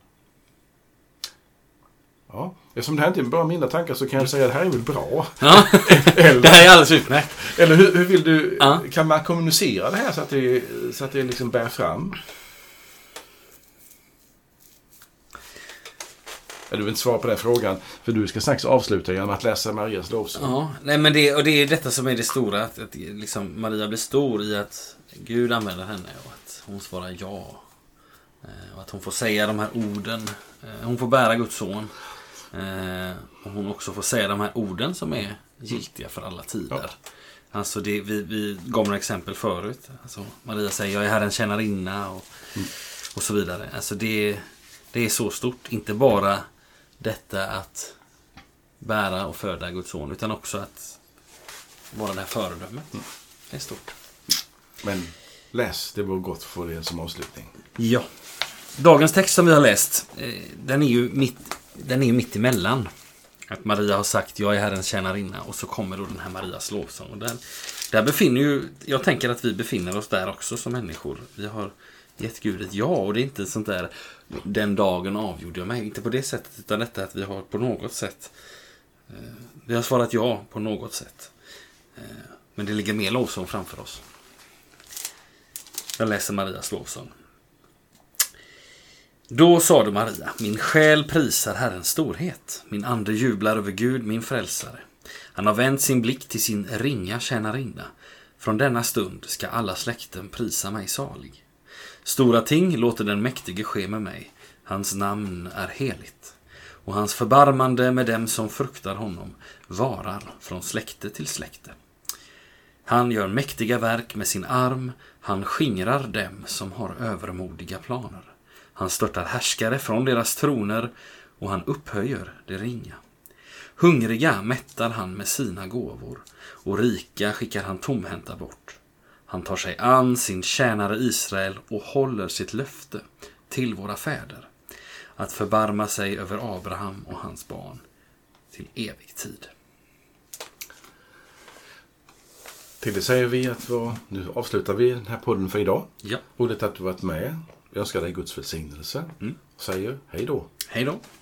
Ja, eftersom det här inte är bara mina tankar så kan jag säga att det här är väl bra. Ja, eller, det här är alldeles utmärkt. Eller hur, hur vill du, ja. kan man kommunicera det här så att det, så att det liksom bär fram? Du vill inte svara på den frågan, för du ska strax avsluta genom att läsa Marias lovsång. Ja, nej, men det, och det är detta som är det stora, att, att liksom Maria blir stor i att Gud använder henne och att hon svarar ja. Och att hon får säga de här orden. Hon får bära Guds son. Och hon också får säga de här orden som är giltiga för alla tider. Ja. Alltså det, vi, vi gav några exempel förut. Alltså Maria säger jag är Herrens tjänarinna och, mm. och så vidare. Alltså det, det är så stort. Inte bara detta att bära och föda Guds son, utan också att vara det här föredömet. Mm. Det är stort. Men läs, det var gott för det som avslutning. Ja. Dagens text som vi har läst, den är ju mitt, den är ju mitt emellan. Att Maria har sagt jag är Herrens tjänarinna, och så kommer då den här Marias lovsång. Och där, där befinner ju, jag tänker att vi befinner oss där också som människor. Vi har gett Gud ett ja, och det är inte sånt där den dagen avgjorde jag mig. Inte på det sättet, utan detta att vi har på något sätt eh, vi har svarat ja på något sätt. Eh, men det ligger mer lovsång framför oss. Jag läser Marias lovsång. Då sade Maria, min själ prisar Herrens storhet. Min ande jublar över Gud, min frälsare. Han har vänt sin blick till sin ringa tjänarinna. Från denna stund ska alla släkten prisa mig salig. Stora ting låter den mäktige ske med mig. Hans namn är heligt. Och hans förbarmande med dem som fruktar honom varar från släkte till släkte. Han gör mäktiga verk med sin arm. Han skingrar dem som har övermodiga planer. Han störtar härskare från deras troner, och han upphöjer det ringa. Hungriga mättar han med sina gåvor, och rika skickar han tomhänta bort. Han tar sig an sin tjänare Israel och håller sitt löfte till våra fäder, att förbarma sig över Abraham och hans barn till evig tid. Till det säger vi att vi, nu avslutar vi den här podden för idag. Ja. Roligt att du varit med. Jag önskar dig Guds välsignelse. Mm. Och säger hej då. Hej då.